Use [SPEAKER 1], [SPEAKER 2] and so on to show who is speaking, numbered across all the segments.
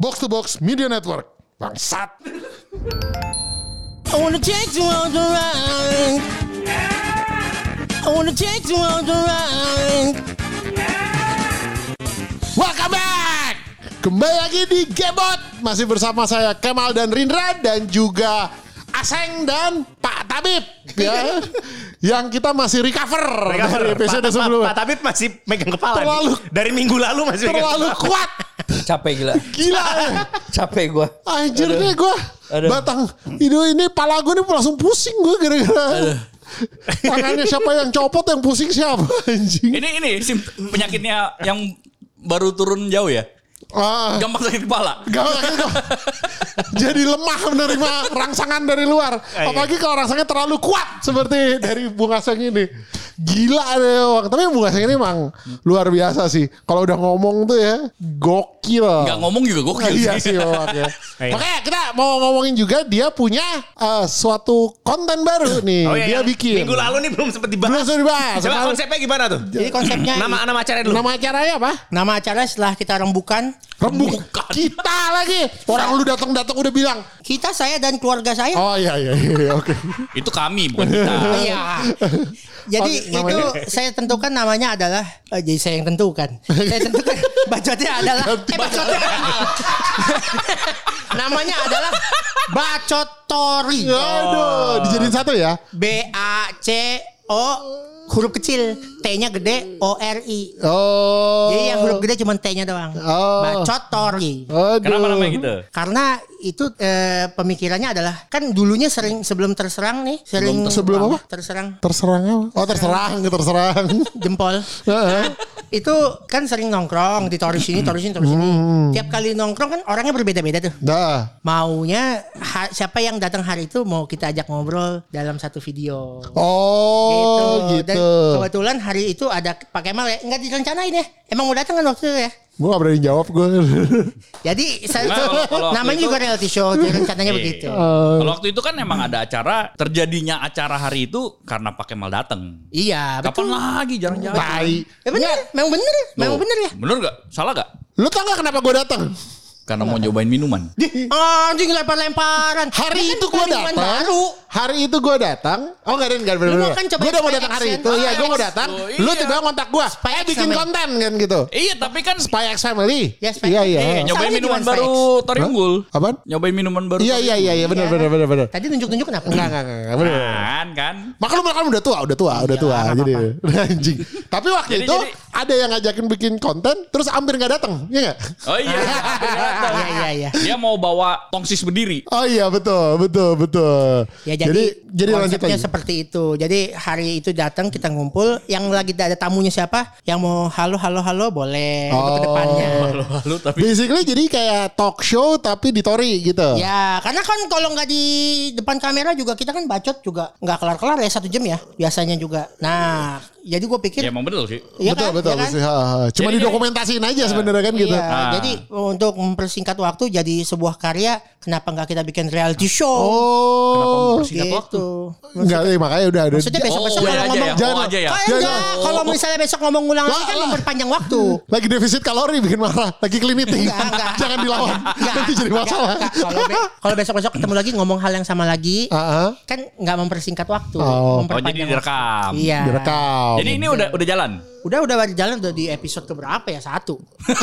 [SPEAKER 1] Box to Box Media Network. Bangsat.
[SPEAKER 2] I wanna take you on the ride. I wanna take you on the ride.
[SPEAKER 1] Welcome back. Kembali lagi di Gamebot. Masih bersama saya Kemal dan Rindra dan juga Aseng dan Pak Tabib ya. Yang kita masih recover dari episode sebelumnya.
[SPEAKER 3] Pak Tabib masih megang kepala
[SPEAKER 1] Terlalu-
[SPEAKER 3] nih. Dari minggu lalu masih megang
[SPEAKER 1] Terlalu
[SPEAKER 3] kepala.
[SPEAKER 1] kuat.
[SPEAKER 4] Capek gila.
[SPEAKER 1] Gila ya.
[SPEAKER 4] Capek gue.
[SPEAKER 1] Anjir nih gue batang ini pala gue nih langsung pusing gue gara-gara tangannya siapa yang copot yang pusing siapa anjing.
[SPEAKER 5] Ini penyakitnya yang baru turun jauh ya. Gampang sakit kepala.
[SPEAKER 1] Jadi lemah menerima rangsangan dari luar. Apalagi kalau rangsangnya terlalu kuat seperti dari Bung Aseng ini. Gila deh Bang. Tapi Bung Aseng ini emang luar biasa sih. Kalau udah ngomong tuh ya gokil.
[SPEAKER 5] Nggak ngomong juga gokil
[SPEAKER 1] Iya sih Bang ya. Makanya kita mau ngomongin juga dia punya suatu konten baru nih.
[SPEAKER 3] Oh, iya,
[SPEAKER 1] Dia
[SPEAKER 3] yang
[SPEAKER 1] bikin.
[SPEAKER 3] minggu lalu nih belum sempat dibahas.
[SPEAKER 1] Belum sempat dibahas.
[SPEAKER 3] Coba
[SPEAKER 1] Sekarang-
[SPEAKER 3] konsepnya gimana tuh?
[SPEAKER 2] Jadi konsepnya
[SPEAKER 3] Nama acaranya dulu.
[SPEAKER 1] Nama acaranya apa?
[SPEAKER 2] nama acara setelah kita rembukan,
[SPEAKER 1] Rembuk kita lagi. Orang lu datang udah bilang.
[SPEAKER 2] kita, saya dan keluarga saya.
[SPEAKER 1] Oh iya oke.
[SPEAKER 5] Itu kami bukan kita.
[SPEAKER 2] Iya. Jadi
[SPEAKER 1] Oh, namanya?
[SPEAKER 2] itu saya tentukan namanya adalah jadi saya yang tentukan. Saya tentukan bacotnya adalah bacotnya. Namanya adalah Bacot Tori.
[SPEAKER 1] Aduh, dijadiin satu ya.
[SPEAKER 2] BACO huruf kecil, T-nya gede, ORI.
[SPEAKER 1] Oh.
[SPEAKER 2] Jadi yang huruf gede cuma T-nya doang.
[SPEAKER 1] Oh.
[SPEAKER 2] Bacot Tori.
[SPEAKER 1] Aduh.
[SPEAKER 5] Kenapa namanya gitu?
[SPEAKER 2] Karena itu pemikirannya adalah kan dulunya sering sebelum terserang nih, sering
[SPEAKER 1] sebelum apa?
[SPEAKER 2] Terserang
[SPEAKER 1] Terserang apa? Oh terserang.
[SPEAKER 2] jempol. Itu kan sering nongkrong di Tori sini. Tiap kali nongkrong kan orangnya berbeda-beda tuh.
[SPEAKER 1] Dah.
[SPEAKER 2] Maunya siapa yang datang hari itu mau kita ajak ngobrol dalam satu video.
[SPEAKER 1] Oh gitu.
[SPEAKER 2] Dan kebetulan hari itu ada Pak Kemal ya, nggak direncanain ya. Emang mau datang kan waktu itu ya.
[SPEAKER 1] Gue gak berani jawab gue.
[SPEAKER 2] Jadi
[SPEAKER 5] Nah, kalau
[SPEAKER 2] namanya
[SPEAKER 5] waktu
[SPEAKER 2] juga
[SPEAKER 5] itu-
[SPEAKER 2] reality show, jadi rencananya
[SPEAKER 5] Iya.
[SPEAKER 2] begitu.
[SPEAKER 5] Kalau waktu itu kan emang ada acara, terjadinya acara hari itu karena Pak Kemal datang.
[SPEAKER 2] Iya,
[SPEAKER 5] Kapan
[SPEAKER 2] betul.
[SPEAKER 5] lagi jarang-jarang.
[SPEAKER 1] Tai.
[SPEAKER 2] Bener, memang bener ya.
[SPEAKER 5] Bener gak? Salah gak?
[SPEAKER 1] Lu tau gak kenapa gue datang?
[SPEAKER 5] Karena mau nyobain minuman.
[SPEAKER 2] Anjing lempar-lemparan.
[SPEAKER 1] Hari
[SPEAKER 2] Ini
[SPEAKER 1] itu
[SPEAKER 2] kan
[SPEAKER 1] gue
[SPEAKER 2] minuman
[SPEAKER 1] datang.
[SPEAKER 2] baru.
[SPEAKER 1] Hari itu gue datang. Oh enggak
[SPEAKER 2] Lu mau kan cobain
[SPEAKER 1] gue udah mau
[SPEAKER 2] Spy
[SPEAKER 1] datang hari
[SPEAKER 2] X
[SPEAKER 1] itu.
[SPEAKER 2] kan?
[SPEAKER 1] Iya gue mau
[SPEAKER 2] Spy X.
[SPEAKER 1] datang.
[SPEAKER 5] Oh,
[SPEAKER 1] Lu
[SPEAKER 5] iya.
[SPEAKER 1] tiba-tiba kontak gue.
[SPEAKER 2] Spy X
[SPEAKER 1] Bikin
[SPEAKER 2] namanya.
[SPEAKER 1] konten kan gitu.
[SPEAKER 5] Iya tapi kan
[SPEAKER 1] Spy X Family.
[SPEAKER 2] Ya, Spy X.
[SPEAKER 1] Iya.
[SPEAKER 5] nyobain
[SPEAKER 2] Salahnya
[SPEAKER 5] minuman
[SPEAKER 2] gimana,
[SPEAKER 5] baru
[SPEAKER 2] Spy
[SPEAKER 5] Tori Unggul.
[SPEAKER 1] Apaan?
[SPEAKER 5] Nyobain minuman baru.
[SPEAKER 1] Iya benar.
[SPEAKER 2] Tadi nunjuk-nunjuk kenapa?
[SPEAKER 1] Enggak bener.
[SPEAKER 5] Kan.
[SPEAKER 1] Maka lu udah tua. Jadi anjing. Tapi waktu
[SPEAKER 5] Jadi-
[SPEAKER 1] itu ada yang ngajakin bikin konten terus hampir enggak datang. Iya enggak?
[SPEAKER 5] Oh iya.
[SPEAKER 2] Iya.
[SPEAKER 5] Dia mau bawa tongsis berdiri.
[SPEAKER 1] Oh iya betul.
[SPEAKER 2] Ya jadi
[SPEAKER 1] lanjut
[SPEAKER 2] konsepnya
[SPEAKER 1] lagi.
[SPEAKER 2] seperti itu. Jadi hari itu datang kita ngumpul, yang lagi ada tamunya siapa? Yang mau halo boleh ke depannya.
[SPEAKER 5] Lalu tapi
[SPEAKER 1] Basically jadi kayak talk show tapi di Tori gitu.
[SPEAKER 2] Ya, karena kan kalau nggak di depan kamera juga kita kan bacot juga nggak kelar-kelar ya 1 jam ya biasanya juga. Nah, jadi gue pikir
[SPEAKER 5] ya emang betul sih.
[SPEAKER 2] iya
[SPEAKER 1] betul.
[SPEAKER 2] kan?
[SPEAKER 1] Sih, ha. Cuma
[SPEAKER 5] Jadi-
[SPEAKER 1] didokumentasiin aja sebenarnya kan gitu.
[SPEAKER 2] Iya,
[SPEAKER 5] Ah.
[SPEAKER 2] jadi untuk mempersingkat waktu jadi sebuah karya, kenapa nggak kita bikin reality show?
[SPEAKER 5] Kenapa
[SPEAKER 1] Oh.
[SPEAKER 5] mempersingkat waktu?
[SPEAKER 1] Enggak, makanya udah.
[SPEAKER 2] Maksudnya besok-besok
[SPEAKER 5] Oh,
[SPEAKER 2] kalau
[SPEAKER 5] aja
[SPEAKER 2] ngomong
[SPEAKER 5] ya.
[SPEAKER 1] jangan-
[SPEAKER 5] Oh aja ya.
[SPEAKER 2] Kayak
[SPEAKER 1] Jangan.
[SPEAKER 2] enggak, kalau misalnya besok ngomong ulang lagi kan
[SPEAKER 1] Lah.
[SPEAKER 2] memperpanjang waktu.
[SPEAKER 1] Lagi defisit kalori bikin marah. Lagi clean eating.
[SPEAKER 2] Enggak.
[SPEAKER 1] Jangan dilawan.
[SPEAKER 2] Enggak,
[SPEAKER 1] Nanti jadi masalah.
[SPEAKER 2] enggak. Kalau besok-besok ketemu lagi ngomong hal yang sama lagi, kan nggak mempersingkat waktu,
[SPEAKER 1] Oh.
[SPEAKER 5] Oh
[SPEAKER 2] memperpanjang
[SPEAKER 5] jadi
[SPEAKER 2] waktu.
[SPEAKER 5] direkam.
[SPEAKER 2] Iya.
[SPEAKER 1] Direkam.
[SPEAKER 5] Jadi ini udah jalan.
[SPEAKER 2] Udah jalan udah di episode keberapa ya? 1.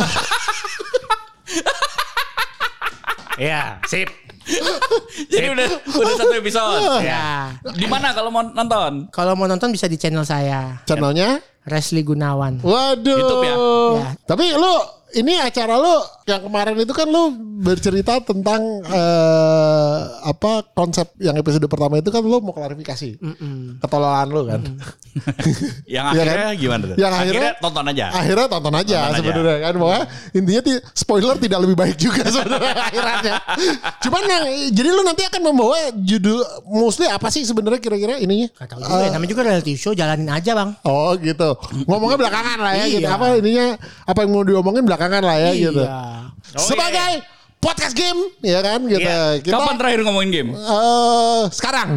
[SPEAKER 3] Iya, sip.
[SPEAKER 5] Jadi udah 1 episode.
[SPEAKER 2] Ya.
[SPEAKER 5] Di mana kalau mau nonton?
[SPEAKER 2] Kalau mau nonton bisa di channel saya,
[SPEAKER 1] Channelnya?
[SPEAKER 2] Resli Gunawan.
[SPEAKER 1] Waduh.
[SPEAKER 5] YouTube ya?
[SPEAKER 2] Ya.
[SPEAKER 1] Tapi lu ini acara lu yang kemarin itu kan lu bercerita tentang konsep yang episode pertama itu kan lu mau klarifikasi ketololan lu kan.
[SPEAKER 5] Yang
[SPEAKER 1] Iya
[SPEAKER 5] akhirnya
[SPEAKER 1] kan?
[SPEAKER 5] gimana tuh?
[SPEAKER 1] Yang akhirnya
[SPEAKER 5] tonton aja.
[SPEAKER 1] Akhirnya tonton aja
[SPEAKER 5] Tonton aja.
[SPEAKER 1] sebenarnya kan bahwa intinya spoiler tidak lebih baik juga sebenarnya akhirannya. Cuman yang jadi lu nanti akan membawa judul mostly apa sih sebenarnya kira-kira ininya?
[SPEAKER 2] Gak tahu juga, namanya juga reality show, jalanin aja bang.
[SPEAKER 1] Oh gitu. Ngomongnya belakangan lah ya gitu.
[SPEAKER 2] Iya.
[SPEAKER 1] Apa ininya apa yang mau diomongin belakangan lah ya gitu.
[SPEAKER 2] Iya.
[SPEAKER 1] Sebagai podcast game ya kan gitu.
[SPEAKER 3] Iya.
[SPEAKER 1] Kita
[SPEAKER 5] Kapan terakhir ngomongin game?
[SPEAKER 1] sekarang.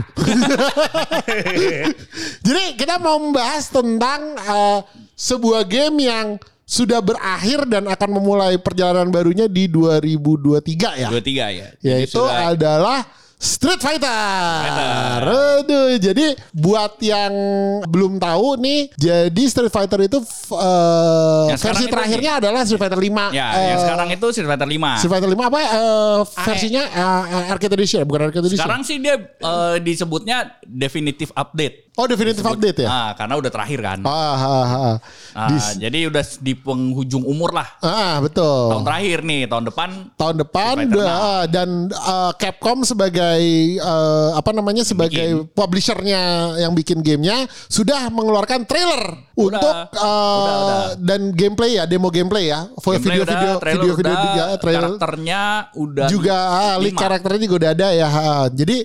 [SPEAKER 1] Jadi kita mau membahas tentang sebuah game yang sudah berakhir dan akan memulai perjalanan barunya di 2023 ya.
[SPEAKER 5] 23 ya.
[SPEAKER 1] Yaitu adalah Street Fighter. Aduh, jadi buat yang belum tahu nih, jadi Street Fighter itu versi terakhirnya adalah Street Fighter 5.
[SPEAKER 5] Ya, yang sekarang itu Street Fighter 5.
[SPEAKER 1] Street Fighter 5 apa versinya Arcade Edition, bukan Arcade Edition.
[SPEAKER 5] Sekarang sih dia disebutnya Definitive Update.
[SPEAKER 1] Oh, Definitive Update ya?
[SPEAKER 5] Nah, karena udah terakhir kan. Jadi udah di penghujung umur lah.
[SPEAKER 1] Betul.
[SPEAKER 5] Tahun terakhir nih, tahun depan dan Capcom sebagai sebagai publishernya yang bikin gamenya sudah mengeluarkan trailer untuk dan gameplay ya, demo gameplay ya, video trailer. Karakternya udah
[SPEAKER 1] juga leak karakternya juga udah ada ya. Jadi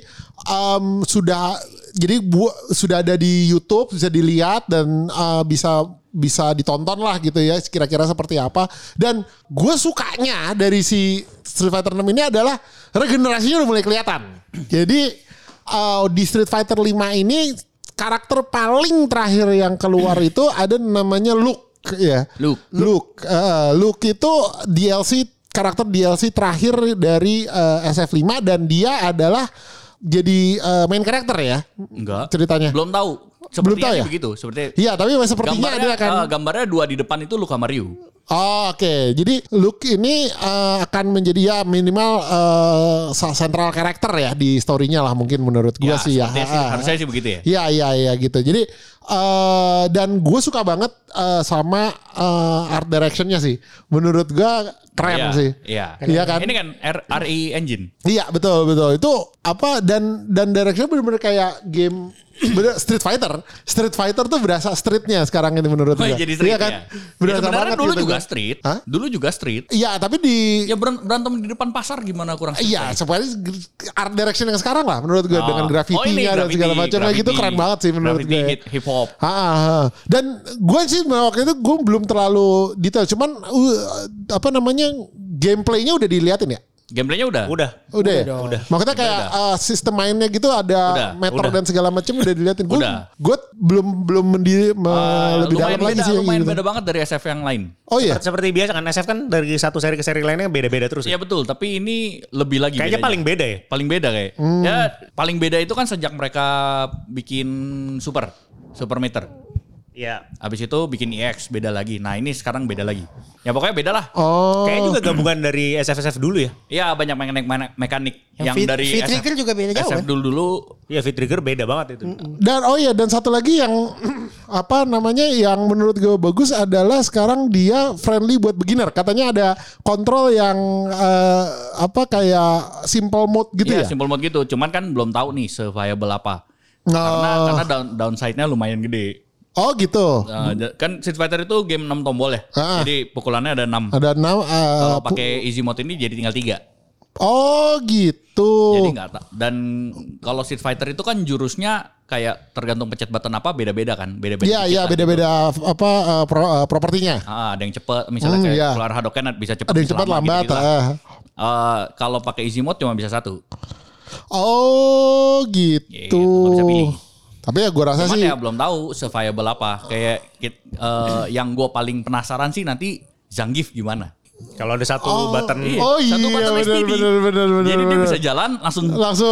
[SPEAKER 1] sudah ada di YouTube, bisa dilihat dan bisa ditonton lah gitu ya, kira-kira seperti apa. Dan gue sukanya dari si Street Fighter 6 ini adalah regenerasinya udah mulai kelihatan. Jadi di Street Fighter 5 ini karakter paling terakhir yang keluar itu ada namanya Luke ya. Luke itu karakter DLC terakhir dari SF5 dan dia adalah jadi main karakter ya?
[SPEAKER 5] Enggak.
[SPEAKER 1] Ceritanya.
[SPEAKER 5] Belum tahu. Sepertinya begitu.
[SPEAKER 1] Iya, tapi sepertinya ada kan.
[SPEAKER 5] Gambarnya 2 di depan itu Luke sama Ryu.
[SPEAKER 1] Oh, oke. Jadi Luke ini akan menjadi ya minimal central karakter ya di story-nya lah mungkin menurut gue sih ya.
[SPEAKER 5] Harusnya sih begitu ya.
[SPEAKER 1] Iya gitu. Jadi dan gue suka banget sama art direction-nya sih. Menurut gue keren sih. Iya kan? Ini
[SPEAKER 5] kan RE Engine.
[SPEAKER 1] Iya, betul. Itu dan direction benar-benar kayak game Street Fighter tuh berasa streetnya sekarang ini menurut gue.
[SPEAKER 5] Jadi street,
[SPEAKER 1] iya kan?
[SPEAKER 5] Berasa banget dulu
[SPEAKER 1] gitu
[SPEAKER 5] juga street.
[SPEAKER 1] Hah?
[SPEAKER 5] Dulu juga street.
[SPEAKER 1] Iya, tapi
[SPEAKER 5] ya berantem di depan pasar gimana kurang.
[SPEAKER 1] Iya, sebenarnya art direction yang sekarang lah menurut gue dengan grafitinya dan segala macamnya gitu keren banget sih menurut gue.
[SPEAKER 5] Hip hop.
[SPEAKER 1] Dan gue sih waktu itu gue belum terlalu detail, cuman gameplaynya udah diliatin ya.
[SPEAKER 5] Gameplaynya udah.
[SPEAKER 1] Udah. Maksudnya kayak sistem mainnya gitu ada meter dan segala macam udah diliatin. Gue belum lebih dalam lagi sih.
[SPEAKER 5] Lumayan beda banget dari SF yang lain.
[SPEAKER 1] Oh iya.
[SPEAKER 3] Seperti biasa kan SF kan dari satu seri ke seri lainnya beda-beda terus.
[SPEAKER 5] Iya betul. Tapi ini lebih lagi.
[SPEAKER 3] Kayaknya paling beda ya.
[SPEAKER 5] Paling beda kayak. Ya paling beda itu kan sejak mereka bikin Super Meter.
[SPEAKER 3] Iya.
[SPEAKER 5] Abis itu bikin EX beda lagi. Nah ini sekarang beda lagi. Ya pokoknya beda lah.
[SPEAKER 3] Kayaknya juga gabungan dari SF dulu ya.
[SPEAKER 5] Iya banyak mekanik yang dari
[SPEAKER 2] V-Trigger juga beda jauh
[SPEAKER 5] SF dulu.
[SPEAKER 3] Iya V-Trigger beda banget itu.
[SPEAKER 1] Dan satu lagi yang yang menurut gue bagus adalah sekarang dia friendly buat beginner. Katanya ada kontrol yang kayak simple mode gitu ya.
[SPEAKER 5] Iya simple mode gitu. Cuman kan belum tahu nih se-viable apa. Karena downside-nya lumayan gede.
[SPEAKER 1] Oh gitu.
[SPEAKER 5] Kan Street Fighter itu game 6 tombol ya. Jadi pukulannya ada 6.
[SPEAKER 1] Ada 6.
[SPEAKER 5] Kalau pakai easy mode ini jadi tinggal 3.
[SPEAKER 1] Oh gitu.
[SPEAKER 5] Jadi dan kalau Street Fighter itu kan jurusnya kayak tergantung pencet button apa beda-beda kan.
[SPEAKER 1] Iya beda-beda gitu. Propertinya.
[SPEAKER 5] Ada yang cepat misalnya kayak keluar Hadouken bisa cepat.
[SPEAKER 1] Ada yang cepat lambat.
[SPEAKER 5] Gitu. Kalau pakai easy mode cuma bisa 1.
[SPEAKER 1] Oh gitu.
[SPEAKER 5] Nggak bisa pilih.
[SPEAKER 1] Tapi ya gue rasa
[SPEAKER 5] cuman
[SPEAKER 1] sih.
[SPEAKER 5] Ya belum tahu se-viable apa. Kayak yang gue paling penasaran sih nanti Zangief gimana.
[SPEAKER 3] Kalau ada satu button.
[SPEAKER 5] Satu button SPD.
[SPEAKER 1] Bener.
[SPEAKER 5] Jadi dia bisa jalan langsung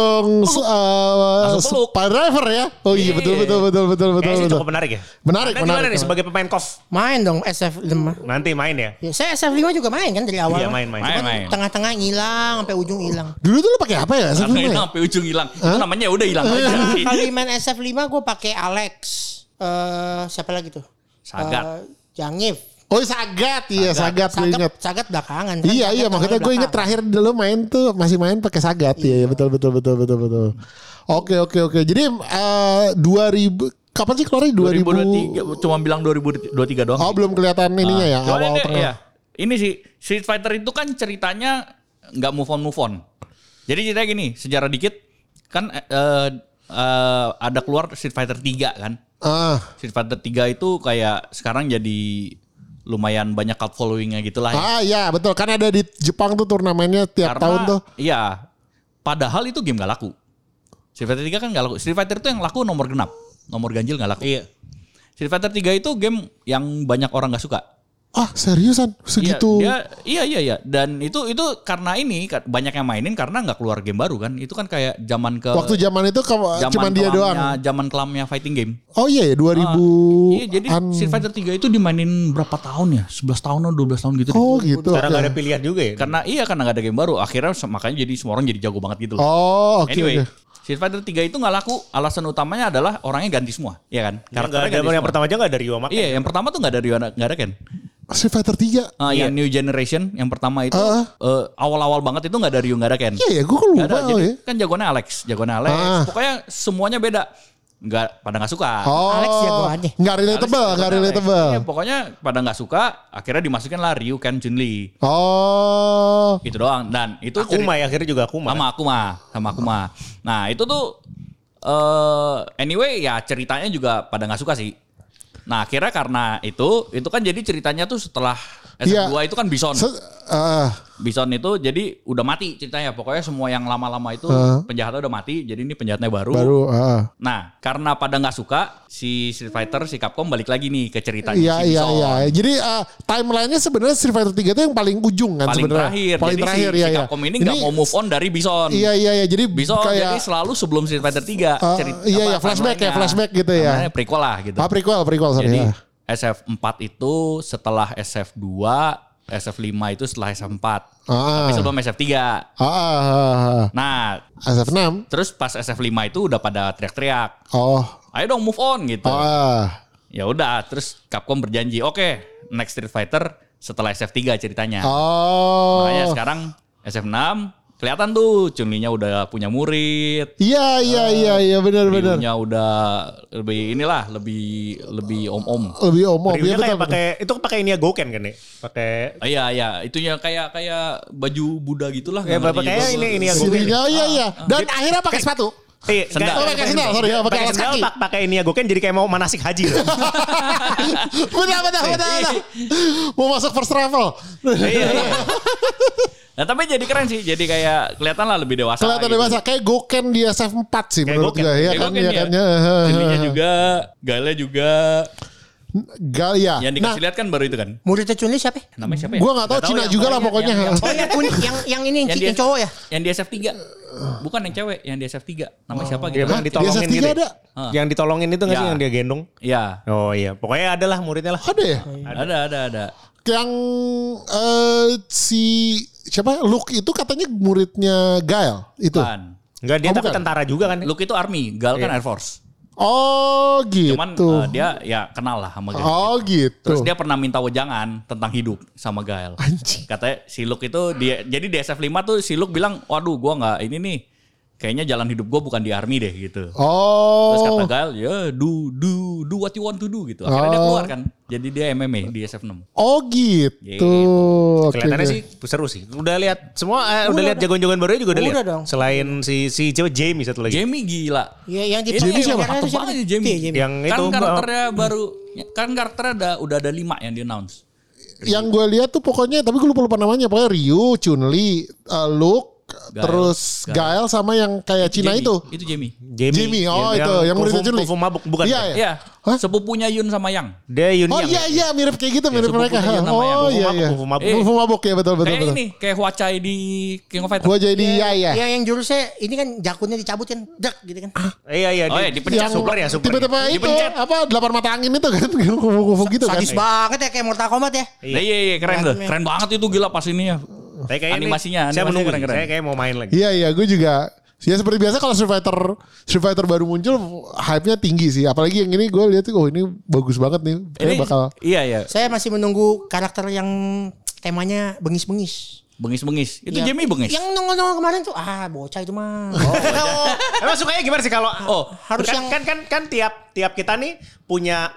[SPEAKER 1] peluk. Power driver ya. Oh iya betul.
[SPEAKER 3] Kayaknya cukup menarik ya.
[SPEAKER 1] Menarik.
[SPEAKER 3] Nih sebagai pemain KOF.
[SPEAKER 2] Main dong SF5.
[SPEAKER 3] Nanti main ya.
[SPEAKER 2] Saya SF5 juga main kan dari awal.
[SPEAKER 3] Iya main.
[SPEAKER 2] Tengah-tengah ngilang sampai ujung hilang.
[SPEAKER 1] Dulu tuh lu pakai apa ya?
[SPEAKER 5] Sampai ujung hilang. Itu namanya udah hilang aja.
[SPEAKER 2] Kali main SF5 gue pakai Alex. Siapa lagi tuh?
[SPEAKER 5] Sagat.
[SPEAKER 2] Zangief.
[SPEAKER 1] Oh Sagat, iya Sagat gue inget.
[SPEAKER 2] Sagat belakangan.
[SPEAKER 1] Iya makanya gue inget terakhir dulu main tuh masih main pakai Sagat ya betul. Oke. Jadi 2000 kapan sih keluarnya
[SPEAKER 5] 2023 cuma bilang 2023 doang.
[SPEAKER 1] Oh belum kelihatan ininya ya awal tengah.
[SPEAKER 5] Iya. Ini sih Street Fighter itu kan ceritanya nggak move on. Jadi ceritanya gini, sejarah dikit kan ada keluar Street Fighter 3 kan. Street Fighter 3 itu kayak sekarang jadi lumayan banyak cult followingnya gitulah ya.
[SPEAKER 1] Iya betul, kan ada di Jepang tuh turnamennya tiap tahun tuh.
[SPEAKER 5] Iya, padahal itu game gak laku. Street Fighter 3 kan gak laku. Street Fighter itu yang laku nomor genap, nomor ganjil gak laku.
[SPEAKER 3] Iya.
[SPEAKER 5] Street Fighter 3 itu game yang banyak orang gak suka.
[SPEAKER 1] Ah seriusan segitu?
[SPEAKER 5] Iya. Dan itu karena ini banyak yang mainin karena nggak keluar game baru kan. Itu kan kayak zaman
[SPEAKER 1] zaman itu cuma dia doang.
[SPEAKER 5] Zaman kelamnya fighting game.
[SPEAKER 1] Oh iya ya 2000.
[SPEAKER 5] Iya jadi Street Fighter 3 itu dimainin berapa tahun ya? 11 tahun atau 12 tahun gitu.
[SPEAKER 1] Oh gitu.
[SPEAKER 3] Karena nggak ada pilihan juga ya.
[SPEAKER 5] Karena nggak ada game baru. Akhirnya makanya jadi semua orang jadi jago banget gitu loh.
[SPEAKER 1] Oh oke.
[SPEAKER 5] Anyway, Street Fighter 3 itu nggak laku. Alasan utamanya adalah orangnya ganti semua, ya kan?
[SPEAKER 3] Karakternya yang pertama aja nggak ada Ryo sama Ken.
[SPEAKER 5] Iya, yang pertama tuh nggak ada Ryo, nggak ada Ken.
[SPEAKER 1] Street Fighter 3.
[SPEAKER 5] Yang New Generation yang pertama itu awal-awal banget itu nggak ada Ryu, nggak ada Ken.
[SPEAKER 1] Iya, gue lupa.
[SPEAKER 5] Jadi kan jagoannya Alex. Pokoknya semuanya beda. Pada nggak suka.
[SPEAKER 2] Alex jagoannya.
[SPEAKER 1] Nggak relatable.
[SPEAKER 5] Iya, pokoknya pada nggak suka. Akhirnya dimasukin lah Ryu, Ken, Chun-Li.
[SPEAKER 1] Oh.
[SPEAKER 5] Itu doang. Dan itu
[SPEAKER 3] Akuma ya akhirnya juga Akuma.
[SPEAKER 5] Sama Akuma. Nah itu tuh anyway ya ceritanya juga pada nggak suka sih. Nah akhirnya karena itu kan jadi ceritanya tuh setelah SF2 itu kan Bison. Bison itu jadi udah mati ceritanya. Pokoknya semua yang lama-lama itu penjahatnya udah mati. Jadi ini penjahatnya baru. Nah karena pada gak suka si Street Fighter, si Capcom balik lagi nih ke ceritanya si Bison.
[SPEAKER 1] Iya. Jadi timelinenya sebenarnya Street Fighter 3 itu yang paling ujung kan sebenarnya.
[SPEAKER 5] Paling terakhir si Capcom ini gak mau move on dari Bison.
[SPEAKER 1] Iya. Jadi
[SPEAKER 5] Bison
[SPEAKER 1] kayak,
[SPEAKER 5] jadi selalu sebelum Street Fighter 3.
[SPEAKER 1] Iya, flashback gitu ya.
[SPEAKER 5] Namanya prequel lah gitu.
[SPEAKER 1] Prequel sorry.
[SPEAKER 5] Jadi SF4 itu setelah SF2, SF5 itu setelah SF4. Tapi sebelum SF3. Nah,
[SPEAKER 1] SF6.
[SPEAKER 5] Terus pas SF5 itu udah pada teriak-teriak. Ayo dong move on gitu. Ya udah, terus Capcom berjanji, oke, next Street Fighter setelah SF3 ceritanya. Makanya sekarang SF6 kelihatan tuh Chun-Li-nya udah punya murid.
[SPEAKER 1] Iya benar.
[SPEAKER 5] Ryu-nya udah lebih om-om.
[SPEAKER 3] Ryu-nya kayak pakai Nia Goken kan ya? Pakai
[SPEAKER 5] Iya, itunya kayak baju Buddha gitulah.
[SPEAKER 3] Kayak ini Nia Goken.
[SPEAKER 1] Iya. Dan akhirnya pakai sepatu.
[SPEAKER 3] Sendal.
[SPEAKER 1] Pakai sendal, sorry. Pakai alas kaki.
[SPEAKER 3] Pakai Nia Goken jadi kayak mau manasik haji loh.
[SPEAKER 1] Benar. Mau masuk first travel.
[SPEAKER 5] Iya. Nah tapi jadi keren sih, jadi kayak kelihatan lah lebih dewasa.
[SPEAKER 1] Kelihatan dewasa, kayak Goken di SF4 sih menurut gue.
[SPEAKER 5] Iya kan. Chun-Li-nya juga, Gaelnya juga.
[SPEAKER 1] Galia.
[SPEAKER 5] Yang dikasih lihat kan baru itu kan.
[SPEAKER 2] Muridnya Chun-Li siapa?
[SPEAKER 5] Namanya siapa ya?
[SPEAKER 1] Gue gak tahu, Cina juga lah pokoknya.
[SPEAKER 2] Yang ini yang cowok ya?
[SPEAKER 5] Yang di SF3. Bukan yang cewek, yang di SF3. Namanya siapa gitu?
[SPEAKER 3] Yang ditolongin
[SPEAKER 1] gitu. Ada.
[SPEAKER 3] Yang ditolongin itu nggak sih yang dia gendong?
[SPEAKER 5] Iya.
[SPEAKER 3] Oh iya, pokoknya ada lah muridnya lah.
[SPEAKER 1] Ada ya?
[SPEAKER 5] Ada.
[SPEAKER 1] Yang si siapa? Luke itu katanya muridnya Gael itu.
[SPEAKER 5] Bukan.
[SPEAKER 3] Enggak, dia tapi tentara juga kan.
[SPEAKER 5] Luke itu Army, Gael kan Air Force.
[SPEAKER 1] Oh gitu.
[SPEAKER 5] Cuman dia ya kenal lah sama Gael.
[SPEAKER 1] Oh gitu.
[SPEAKER 5] Terus dia pernah minta wejangan tentang hidup sama Gael.
[SPEAKER 1] Anjing.
[SPEAKER 5] Katanya si Luke itu jadi di SF5 tuh si Luke bilang, waduh gua nggak ini nih. Kayaknya jalan hidup gue bukan di army deh gitu. Terus kata Gael, ya do what you want to do gitu. Akhirnya dia keluar kan. Jadi dia MMA di SF6.
[SPEAKER 1] Oh gitu.
[SPEAKER 3] Kelihatannya sih seru sih. Udah lihat semua, udah lihat jagoan-jagoan barunya juga udah lihat. Selain si cewek Jamie satu lagi.
[SPEAKER 5] Jamie gila.
[SPEAKER 2] Iya yang di
[SPEAKER 5] Jamie siapa? Mantep banget Jamie.
[SPEAKER 3] Yang
[SPEAKER 5] kan
[SPEAKER 3] itu
[SPEAKER 5] karakternya baru, kan karakternya udah ada 5 yang di announce.
[SPEAKER 1] Yang gue lihat tuh pokoknya, tapi gue lupa namanya. Pokoknya Ryu, Chun-Li, Luke, terus Gael sama yang kayak Cina
[SPEAKER 5] Jamie.
[SPEAKER 1] itu.
[SPEAKER 5] Itu Jamie.
[SPEAKER 1] Jamie. Oh itu yang muridnya Chun-Li.
[SPEAKER 3] Kung Fu mabuk bukan?
[SPEAKER 5] Iya. Sepupunya Yun sama Yang.
[SPEAKER 3] Dia Yun
[SPEAKER 1] Oh
[SPEAKER 3] Yang.
[SPEAKER 1] iya mirip kayak gitu, mirip mereka.
[SPEAKER 3] Oh
[SPEAKER 1] iya. Kung Fu mabuk ya betul.
[SPEAKER 5] Kayak ini, kayak Huachai di King of Fighters.
[SPEAKER 1] Gua jadi iya.
[SPEAKER 2] Yang jurusnya ini kan jakunnya dicabut kan, dak gitu kan.
[SPEAKER 3] Iya.
[SPEAKER 5] Oh ya dipencet
[SPEAKER 3] super ya.
[SPEAKER 1] Tiba-tiba itu apa 8 mata angin itu kan kung-fu gitu kan.
[SPEAKER 2] Sadis banget ya kayak Mortal Kombat ya.
[SPEAKER 5] Iya keren tuh. Keren banget itu gila pas ini ya. Animasinya
[SPEAKER 3] saya menunggu
[SPEAKER 5] keren.
[SPEAKER 3] Saya kayak mau main lagi.
[SPEAKER 1] Iya, gue juga. Ya seperti biasa kalau Street Fighter baru muncul hype-nya tinggi sih. Apalagi yang ini gue lihat tuh, ini bagus banget nih. Kayaknya bakal.
[SPEAKER 5] Iya.
[SPEAKER 2] Saya masih menunggu karakter yang temanya bengis-bengis.
[SPEAKER 5] Bengis. Itu Jamie bengis.
[SPEAKER 2] Yang nongol-nongol kemarin tuh bocah itu mah.
[SPEAKER 3] Emang sukanya gimana sih kalau
[SPEAKER 2] harus
[SPEAKER 3] kan tiap kita nih punya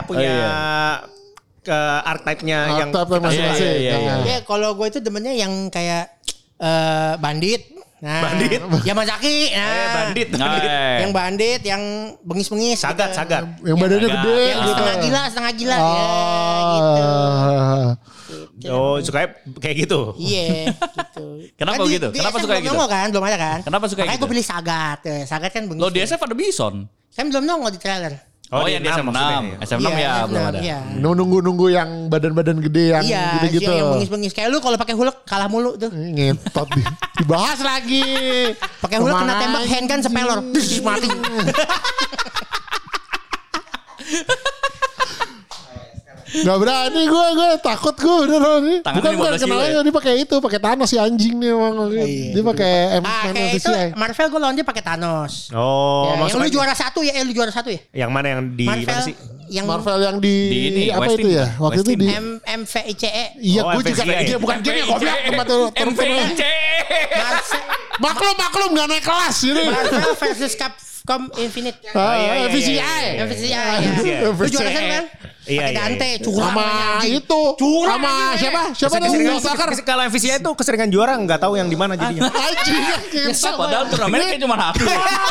[SPEAKER 3] ke archetype-nya yang
[SPEAKER 1] masing-masing.
[SPEAKER 2] Ya kalau gue itu demennya yang kayak bandit. Nah,
[SPEAKER 3] bandit.
[SPEAKER 2] Yamazaki.
[SPEAKER 3] Bandit.
[SPEAKER 2] Yang bandit, yang bengis-bengis.
[SPEAKER 3] Sagat.
[SPEAKER 1] Yang badannya gede.
[SPEAKER 2] Yang setengah gila. Ya, gitu.
[SPEAKER 3] Oh, suka kayak gitu.
[SPEAKER 2] Iya, gitu.
[SPEAKER 5] Kenapa gitu? Kenapa suka gitu?
[SPEAKER 2] Belum ada kan?
[SPEAKER 5] Kenapa suka gitu?
[SPEAKER 2] Makanya gue pilih Sagat. Sagat kan bengis.
[SPEAKER 5] Lo di SF ada Bison.
[SPEAKER 2] Kan belum nongol di trailer.
[SPEAKER 5] Oh, yang di SM6. SM6 ya belum ada.
[SPEAKER 2] Iya.
[SPEAKER 1] Nunggu yang badan-badan gede yang gitu-gitu.
[SPEAKER 2] Iya, yang bengis-bengis. Kayak lu kalau pakai Hulk kalah mulu tuh.
[SPEAKER 1] Ngetot dibahas lagi.
[SPEAKER 2] Pakai Hulk kena tembak handgun sepelor. Terus mati.
[SPEAKER 1] Gak berani gue takut gue beneran nih. Bukan kenalnya dia pakai itu, pakai Thanos si anjing nih emang. Dia pakai
[SPEAKER 2] kayak itu Marvel gue lawan dia pakai Thanos.
[SPEAKER 3] Oh,
[SPEAKER 2] ya, yang lu juara 1 ya? Lu juara 1 ya?
[SPEAKER 3] Yang mana yang di
[SPEAKER 2] Marvel,
[SPEAKER 3] mana sih?
[SPEAKER 2] Yang
[SPEAKER 1] Marvel yang di apa
[SPEAKER 5] Westin,
[SPEAKER 1] itu ya? Waktu itu di
[SPEAKER 2] MVICE.
[SPEAKER 1] Iya, gue juga kayak dia bukan game ya goblok tempat Maklum gak naik kelas gitu.
[SPEAKER 2] Marvel versus Capcom Infinite.
[SPEAKER 1] MVCI.
[SPEAKER 2] Lu juara kan?
[SPEAKER 3] Iya,
[SPEAKER 2] Dante
[SPEAKER 1] curang sama itu. Curang sama siapa namanya?
[SPEAKER 3] Kalau MVCI itu keseringan juara enggak tahu yang di mana jadinya.
[SPEAKER 5] Nyesek padahal turnamen kayak cuma satu.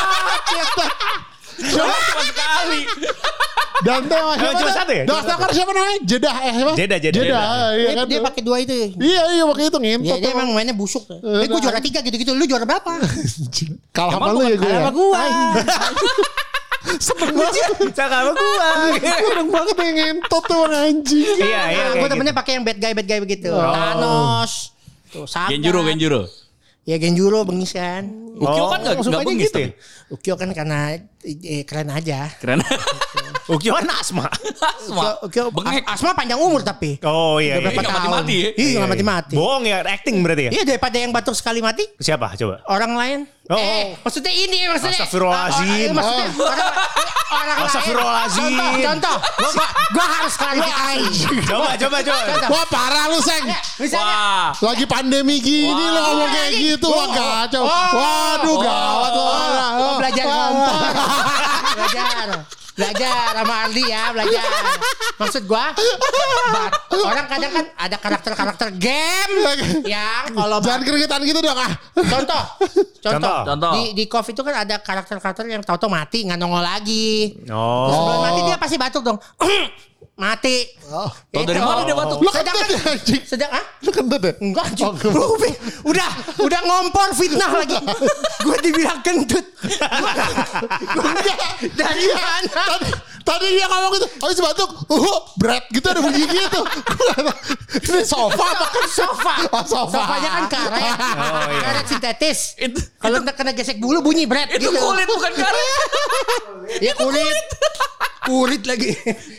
[SPEAKER 5] Cuma sekali.
[SPEAKER 1] Dante
[SPEAKER 3] cuma satu ya?
[SPEAKER 1] Stalker siapa namanya? Jedah siapa?
[SPEAKER 3] Jedah.
[SPEAKER 1] Iya kan.
[SPEAKER 2] Dia pakai 2 itu.
[SPEAKER 1] Iya pakai itu ngentot.
[SPEAKER 2] Dia emang mainnya busuk. Gue juara 3 gitu-gitu. Lu juara berapa?
[SPEAKER 1] Kalah sama lu ya gue.
[SPEAKER 2] Kalah sama gue.
[SPEAKER 1] Seneng banget.
[SPEAKER 3] Cakap sama gua.
[SPEAKER 1] Seneng banget yang ngentot tuh anjing.
[SPEAKER 3] Iya.
[SPEAKER 2] Gue temennya pakai yang bad guy begitu. Thanos. Tuh, Saga.
[SPEAKER 5] Genjuro.
[SPEAKER 2] Ya Genjuro bengis kan.
[SPEAKER 5] Ukyo kan gak bengis
[SPEAKER 3] gitu ya?
[SPEAKER 2] Ukyo kan karena keren aja.
[SPEAKER 5] Keren.
[SPEAKER 3] Ukyo kan Asma.
[SPEAKER 2] Ukyo
[SPEAKER 5] bengek.
[SPEAKER 2] Asma panjang umur tapi.
[SPEAKER 3] Oh iya.
[SPEAKER 2] Udah berapa
[SPEAKER 5] Nggak
[SPEAKER 2] tahun.
[SPEAKER 5] mati-mati ya?
[SPEAKER 2] Iya nggak mati-mati.
[SPEAKER 3] Bohong ya, acting berarti ya?
[SPEAKER 2] Iya daripada yang batuk sekali mati.
[SPEAKER 3] Siapa coba?
[SPEAKER 2] Orang lain.
[SPEAKER 3] Oh.
[SPEAKER 2] Maksudnya ini maksudnya.
[SPEAKER 3] Astagfirullahaladzim.
[SPEAKER 2] Maksudnya orang
[SPEAKER 3] Astagfirullahaladzim.
[SPEAKER 2] Contoh. Gua harus klarifikasi.
[SPEAKER 3] Coba.
[SPEAKER 1] Wah parah lu Seng.
[SPEAKER 2] Misalnya.
[SPEAKER 1] Lagi pandemi gini lu ngomong kayak gitu. Wah kacau. Waduh gawat.
[SPEAKER 2] Belajar ngomong. Belajar sama Ardi ya, belajar. Maksud gua, orang kadang kan ada karakter-karakter game yang kalau
[SPEAKER 1] jangan keringetan gitu dong ah.
[SPEAKER 2] Contoh. Di KOF itu kan ada karakter-karakter yang tahu-tahu mati nggak nongol lagi.
[SPEAKER 3] Oh.
[SPEAKER 2] Terus sebelum mati dia pasti batuk dong. Mati.
[SPEAKER 5] Tahu dari mana dia batuk?
[SPEAKER 1] Lu kentut ya anjing. Lu kentut ya?
[SPEAKER 2] Enggak anjing. Udah ngompor fitnah lagi. Gue dibilang kentut. Dari mana?
[SPEAKER 1] Tadi dia ngomong gitu. Habis batuk. Berat gitu ada bunyi gitu. Ini sofa apa kan sofa?
[SPEAKER 2] Sofanya kan karet. Karet sintetis. Kalau kena gesek bulu bunyi berat
[SPEAKER 5] itu
[SPEAKER 2] gitu.
[SPEAKER 5] kulit bukan karet.
[SPEAKER 2] Ya kulit lagi.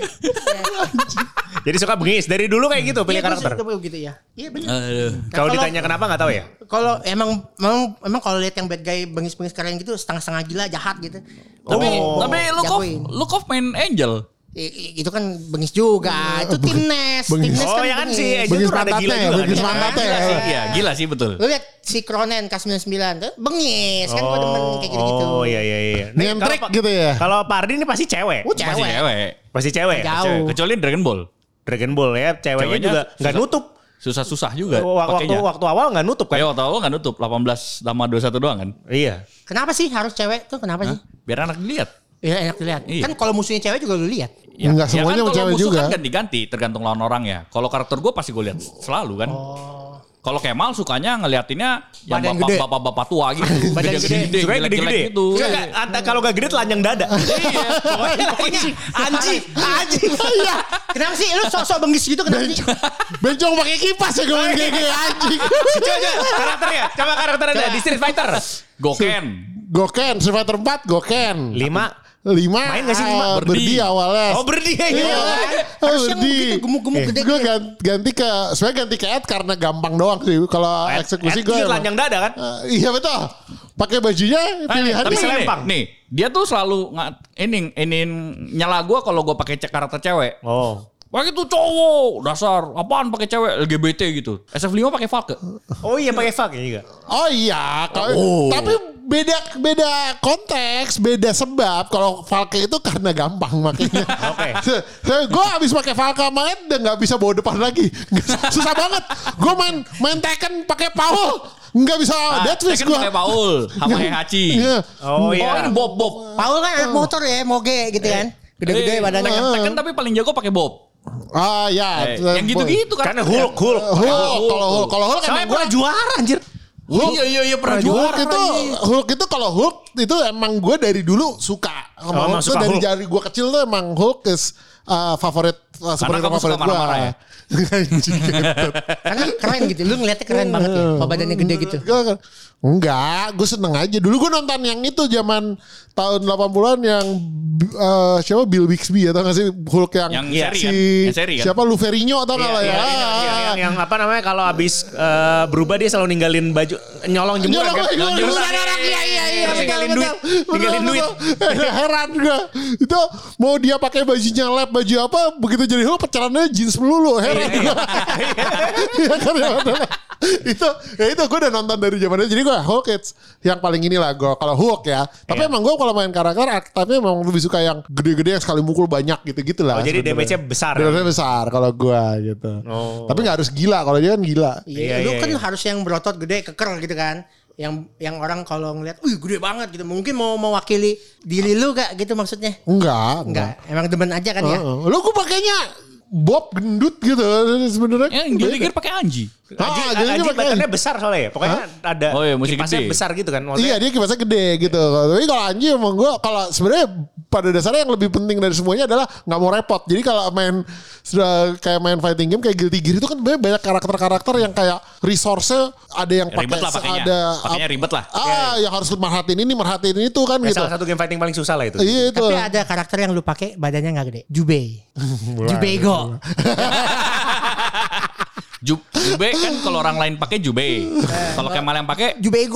[SPEAKER 3] Jadi suka bengis dari dulu kayak gitu pilih karakter.
[SPEAKER 2] Gitu ya. Iya benar.
[SPEAKER 3] Kalau ditanya kenapa nggak tahu ya?
[SPEAKER 2] Kalau emang kalau lihat yang bad guy bengis-bengis keren gitu setengah-setengah gila jahat gitu.
[SPEAKER 5] Tapi lu kok main Angel.
[SPEAKER 2] Itu kan bengis juga. Itu timnas.
[SPEAKER 3] Oh ya kan si Angel tuh rada gila juga.
[SPEAKER 1] Bengis pantatnya ya.
[SPEAKER 5] Iya gila sih betul.
[SPEAKER 2] Lu lihat si Kronen K99 tuh bengis kan gue demen kayak gitu-gitu.
[SPEAKER 3] Oh iya.
[SPEAKER 1] Nyentrik gitu ya.
[SPEAKER 3] Kalau Pardi ini pasti cewek. Pasti cewek.
[SPEAKER 2] Jauh.
[SPEAKER 5] Kecuali Dragon Ball ya, ceweknya juga nggak nutup. Susah juga
[SPEAKER 3] waktu awal nggak nutup kan?
[SPEAKER 5] Waktu awal nggak nutup. 18 sama 21 doang kan?
[SPEAKER 3] Iya.
[SPEAKER 2] Kenapa sih harus cewek tuh? Kenapa sih?
[SPEAKER 5] Biar anak dilihat.
[SPEAKER 2] Iya enak dilihat.
[SPEAKER 5] Iya.
[SPEAKER 2] Kan kalau musuhnya cewek juga lu lihat.
[SPEAKER 1] Enggak semuanya
[SPEAKER 5] kan
[SPEAKER 1] cewek
[SPEAKER 5] musuh
[SPEAKER 1] juga.
[SPEAKER 5] kan ganti-ganti tergantung lawan orangnya. Kalau karakter gue pasti gue lihat selalu kan. Kalau Kemal sukanya ngeliatinnya yang bapak-bapak tua gitu.
[SPEAKER 2] Badan gede.
[SPEAKER 3] Sukanya gede-gede.
[SPEAKER 5] Gitu.
[SPEAKER 3] Kalau gak gede telanjang dada.
[SPEAKER 5] Iya.
[SPEAKER 3] Pokoknya anjing.
[SPEAKER 2] Iya. Kenapa sih lu sok-sok bengis gitu kenapa sih?
[SPEAKER 1] Bencong pakai kipas ya gue kayak anjing.
[SPEAKER 3] Coba karakternya di Street Fighter.
[SPEAKER 5] Goken,
[SPEAKER 1] Street Fighter 4 Goken.
[SPEAKER 3] 5 main gak sih 5?
[SPEAKER 1] Berdi awalnya.
[SPEAKER 3] Oh Berdi ya.
[SPEAKER 2] Harusnya gitu gemuk-gemuk gede.
[SPEAKER 1] Gue ganti ke Ed karena gampang doang sih. Kalau eksekusi gue
[SPEAKER 3] telanjang dada kan?
[SPEAKER 1] Iya betul. Pakai bajunya pilihan
[SPEAKER 5] tapi
[SPEAKER 3] selempang.
[SPEAKER 5] Nih, dia tuh selalu ini nyala gue kalau gue pakai karakter cewek.
[SPEAKER 3] Oh.
[SPEAKER 5] Wah itu cowok dasar apaan pakai cewek LGBT gitu. SF5 pakai Valke.
[SPEAKER 3] Oh iya pakai Valke juga.
[SPEAKER 1] Oh iya, tapi beda konteks, beda sebab. Kalau Valke itu karena gampang makanya.
[SPEAKER 3] Oke.
[SPEAKER 1] Gue habis pakai Valke main udah nggak bisa bawa depan lagi. Susah banget. Gue main Tekken pakai Paul. Nggak bisa deathwish gue.
[SPEAKER 5] Tekken pakai Paul sama Heihachi.
[SPEAKER 3] Oh iya.
[SPEAKER 5] Ini Bob.
[SPEAKER 2] Paul kan anak motor ya, moge gitu kan. Gede-gede badannya.
[SPEAKER 5] Tekken tapi paling jago pakai Bob.
[SPEAKER 1] Ah ya,
[SPEAKER 5] yang gitu-gitu kan.
[SPEAKER 3] Karena Hulk.
[SPEAKER 1] Kalau Hulk
[SPEAKER 3] kan gue juara anjir.
[SPEAKER 5] Iya pernah juara.
[SPEAKER 1] Hulk itu kalau Hulk itu emang gue dari dulu suka sama Hulk tuh dari gue kecil tuh emang Hulk is favorit superhero favorit gue.
[SPEAKER 5] Ya?
[SPEAKER 2] Karena keren gitu. Lu ngeliatnya keren banget ya. Kalau badannya gede gitu.
[SPEAKER 1] Enggak, gue seneng aja. Dulu gue nonton yang itu zaman tahun 80-an yang siapa Bill Bixby atau nggak sih Hulk yang
[SPEAKER 5] seri
[SPEAKER 1] si
[SPEAKER 5] kan? Yang seri kan?
[SPEAKER 1] siapa Lou Ferrigno atau nggak lah ya?
[SPEAKER 3] Yang apa namanya kalau abis berubah dia selalu ninggalin baju nyolong jemuran kan? Ninggalin duit.
[SPEAKER 1] Heran gue. Itu mau dia pakai bajunya lab baju apa begitu jadi Hulk pecahannya jeans melulu. Heran gue. Iya kan itu gue udah nonton dari zamannya. Jadi gue Hulk yang paling inilah gue kalau Hulk ya. Tapi emang gue kalau main karakter tapi emang lebih suka yang gede-gede yang sekali mukul banyak gitu-gitu lah.
[SPEAKER 3] Oh jadi damage-nya besar.
[SPEAKER 1] Damage-nya besar kalau gue gitu. Tapi gak harus gila, kalau dia kan gila.
[SPEAKER 2] Iya, lu kan harus yang berotot gede, keker gitu kan. Yang orang kalau ngeliat, gede banget gitu. Mungkin mau mewakili diri lu gak gitu maksudnya?
[SPEAKER 1] Enggak.
[SPEAKER 2] Emang demen aja kan ya?
[SPEAKER 1] Lu gue pakainya Bob gendut gitu sebenarnya.
[SPEAKER 5] Yang dikir pakai Anji.
[SPEAKER 3] Anji badannya besar soalnya ya. Pokoknya ada kipasnya besar gitu kan.
[SPEAKER 1] Iya dia kipasnya gede gitu. Tapi kalau Anji emang gue kalau sebenarnya pada dasarnya yang lebih penting dari semuanya adalah nggak mau repot. Jadi kalau main fighting game kayak Guilty Gear itu kan banyak karakter-karakter yang kayak resource-nya ada yang pakai
[SPEAKER 5] pakainya ribet lah.
[SPEAKER 1] Yang harus merhatiin itu kan gitu.
[SPEAKER 3] Salah satu game fighting paling susah lah itu.
[SPEAKER 1] Iya itu.
[SPEAKER 2] Tapi ada karakter yang lu pakai badannya nggak gede. Jubeigo.
[SPEAKER 5] Jube kan kalau orang lain pakai Jube. Kalau Kemal yang pakai
[SPEAKER 2] Jubeigo.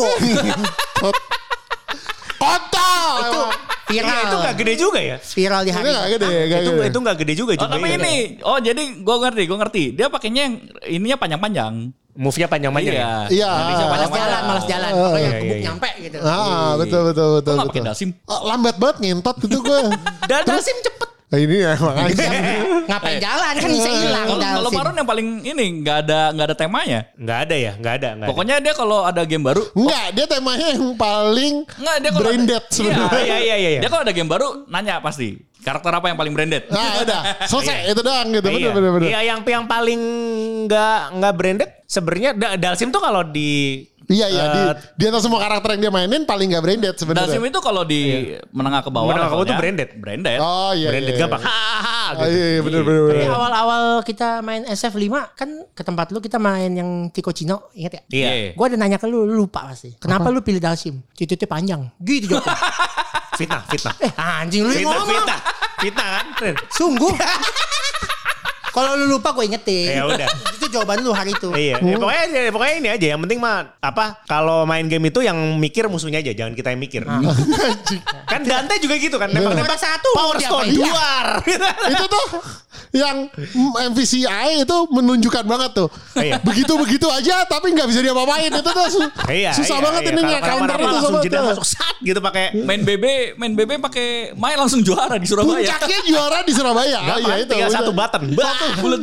[SPEAKER 1] Kontol.
[SPEAKER 2] Itu viral.
[SPEAKER 3] Itu gak gede juga ya?
[SPEAKER 2] Viral di hari.
[SPEAKER 3] Itu gak gede juga.
[SPEAKER 5] Tapi ini, jadi gue ngerti. Dia pakainya yang ininya panjang-panjang.
[SPEAKER 3] Move-nya panjang-panjang.
[SPEAKER 1] Iya.
[SPEAKER 2] Malas jalan. Pokoknya gebuk nyampe gitu.
[SPEAKER 1] Betul.
[SPEAKER 5] Kok gak pakai Dalsim?
[SPEAKER 1] Lambat banget ngentot itu gue.
[SPEAKER 5] Dalsim cepet.
[SPEAKER 1] Ini ya makanya.
[SPEAKER 2] Ngapain jalan kan bisa hilang.
[SPEAKER 5] Kalau Baron yang paling ini nggak ada temanya.
[SPEAKER 3] Nggak ada.
[SPEAKER 5] Pokoknya dia kalau ada game baru.
[SPEAKER 1] Dia temanya yang paling branded sebenarnya.
[SPEAKER 5] Iya. Dia kalau ada game baru nanya pasti karakter apa yang paling branded.
[SPEAKER 1] Nah udah selesai itu doang gitu. Bener.
[SPEAKER 3] Iya yang paling nggak branded sebenarnya Dalsim tuh kalau di
[SPEAKER 1] di atas semua karakter yang dia mainin paling gak branded sebenarnya.
[SPEAKER 5] Dalsim itu kalau di menengah ke bawah
[SPEAKER 3] itu branded.
[SPEAKER 5] Oh
[SPEAKER 1] iya.
[SPEAKER 3] Branded gampang.
[SPEAKER 1] Iya bener.
[SPEAKER 2] Tapi awal-awal kita main SF5 kan ke tempat lu kita main yang Tico Cino, ingat ya?
[SPEAKER 3] Iya.
[SPEAKER 2] Gua ada nanya ke lu lupa pasti. Kenapa lu pilih Dalsim? Cututnya panjang. Gitu jawabnya.
[SPEAKER 3] Fitnah.
[SPEAKER 2] Anjing lu yang ngomong.
[SPEAKER 3] Fitnah kan?
[SPEAKER 2] Sungguh. Kalau lu lupa gue ingetin.
[SPEAKER 3] Ya udah.
[SPEAKER 2] Itu jawaban lu hari itu.
[SPEAKER 3] Iya. Pokoknya ini aja. Yang penting mah kalau main game itu yang mikir musuhnya aja, jangan kita yang mikir. Kan Dante juga gitu kan.
[SPEAKER 2] Nembak satu.
[SPEAKER 3] Power Stone duar.
[SPEAKER 1] Itu tuh yang MVCI itu menunjukkan banget tuh. Begitu aja tapi nggak bisa diapa-apain. Itu tuh susah banget ini counter itu sama
[SPEAKER 3] tuh. Masuk sat gitu pakai
[SPEAKER 5] main BB pakai main langsung juara di Surabaya.
[SPEAKER 1] Puncaknya juara di Surabaya.
[SPEAKER 3] Iya itu. Tinggal satu button. Bulat.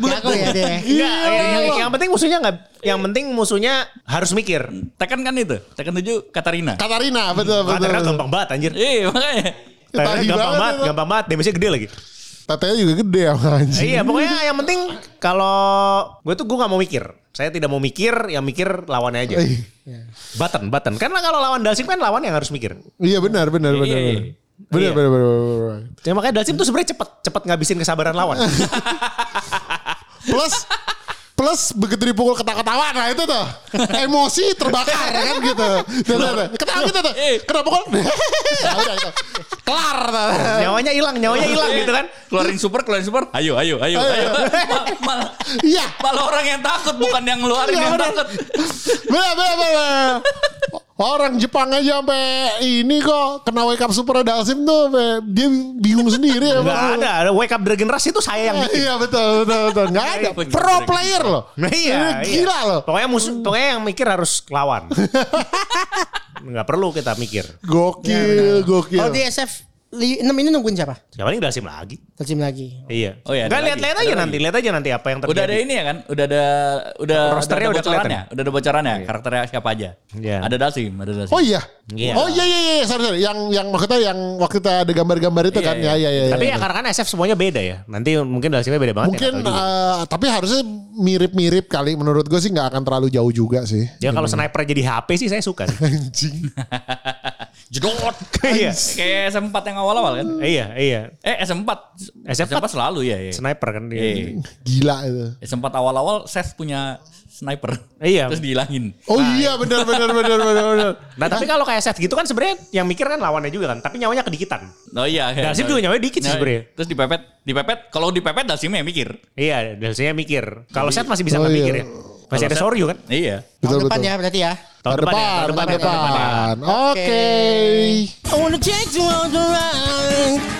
[SPEAKER 3] Yang penting musuhnya harus mikir.
[SPEAKER 5] Tekken kan itu. Tekken 7 Katarina,
[SPEAKER 1] betul.
[SPEAKER 3] Katarina gampang banget anjir.
[SPEAKER 5] Iya makanya.
[SPEAKER 3] Gampang banget. Damage-nya gede lagi.
[SPEAKER 1] Tatanya juga gede ya anjing.
[SPEAKER 3] Iya pokoknya yang penting kalau gue gak mau mikir. Saya tidak mau mikir, yang mikir lawannya aja. Button. Karena kalau lawan Dalsim kan lawan yang harus mikir.
[SPEAKER 1] Iya benar. Bener.
[SPEAKER 3] Ya makanya Dalsim tuh sebenarnya cepet ngabisin kesabaran lawan.
[SPEAKER 1] Plus begitu dipukul ketawa-ketawa, nah itu tuh emosi terbakar kan gitu. Ketawa gitu tuh. Kena pukul. Udah itu. Kelar.
[SPEAKER 3] Nyawanya hilang gitu kan.
[SPEAKER 5] Keluarin super. Ayo.
[SPEAKER 1] Iya.
[SPEAKER 5] Malah orang yang takut bukan yang ngeluarin yang takut.
[SPEAKER 1] Bener. Orang Jepang aja sampai ini kok kena wake up super Dalsim tuh dia bingung sendiri.
[SPEAKER 3] Nggak ada wake up Dragon Rush itu saya yang bikin.
[SPEAKER 1] Iya betul. Nggak ada pro player loh.
[SPEAKER 3] Iya.
[SPEAKER 1] Gila loh.
[SPEAKER 3] Pokoknya yang mikir harus lawan. Nggak perlu kita mikir.
[SPEAKER 1] Gokil.
[SPEAKER 2] Kalau di SF 6 ini nungguin siapa?
[SPEAKER 3] Siapa nih Dalsim lagi.
[SPEAKER 1] Iya.
[SPEAKER 5] Oh iya.
[SPEAKER 3] Kan lihat aja nanti apa yang terjadi.
[SPEAKER 5] Udah ada ini ya kan? Udah
[SPEAKER 3] rosternya udah
[SPEAKER 5] bocorannya. Udah ada bocorannya. Karakternya siapa aja?
[SPEAKER 3] Iya.
[SPEAKER 5] Ada Dalsim.
[SPEAKER 1] Oh iya. Oh iya. Sorry. Yang maksudnya yang waktu kita ada gambar-gambar itu kan. Iya.
[SPEAKER 3] Tapi ya karena kan SF semuanya beda ya. Nanti mungkin Dalsimnya beda banget.
[SPEAKER 1] Mungkin tapi harusnya mirip-mirip kali. Menurut gue sih nggak akan terlalu jauh juga sih.
[SPEAKER 3] Ya kalau sniper jadi HP sih saya suka.
[SPEAKER 1] Anjing.
[SPEAKER 5] jedot.
[SPEAKER 3] Iya.
[SPEAKER 5] Kayak SM4 yang awal-awal kan.
[SPEAKER 3] Iya.
[SPEAKER 5] SM4 selalu ya.
[SPEAKER 3] Sniper kan dia.
[SPEAKER 1] Gila itu.
[SPEAKER 5] SM4 awal-awal Seth punya sniper.
[SPEAKER 3] Iya.
[SPEAKER 5] Terus dihilangin.
[SPEAKER 1] Oh iya benar.
[SPEAKER 3] Nah tapi kalau kayak Seth gitu kan sebenarnya yang mikir kan lawannya juga kan. Tapi nyawanya kedikitan.
[SPEAKER 5] Oh iya.
[SPEAKER 3] Dalsim juga nyawanya dikit sih sebenarnya.
[SPEAKER 5] Terus dipepet. Kalau dipepet Dalsimnya mikir.
[SPEAKER 3] Iya, Dalsimnya mikir. Kalau Seth masih bisa nggak mikir ya. Masih ada Soryu kan?
[SPEAKER 5] Iya.
[SPEAKER 2] Tahun depan ya berarti ya.
[SPEAKER 3] Tahun depan.
[SPEAKER 1] Oke.
[SPEAKER 2] I wanna take you on the ride.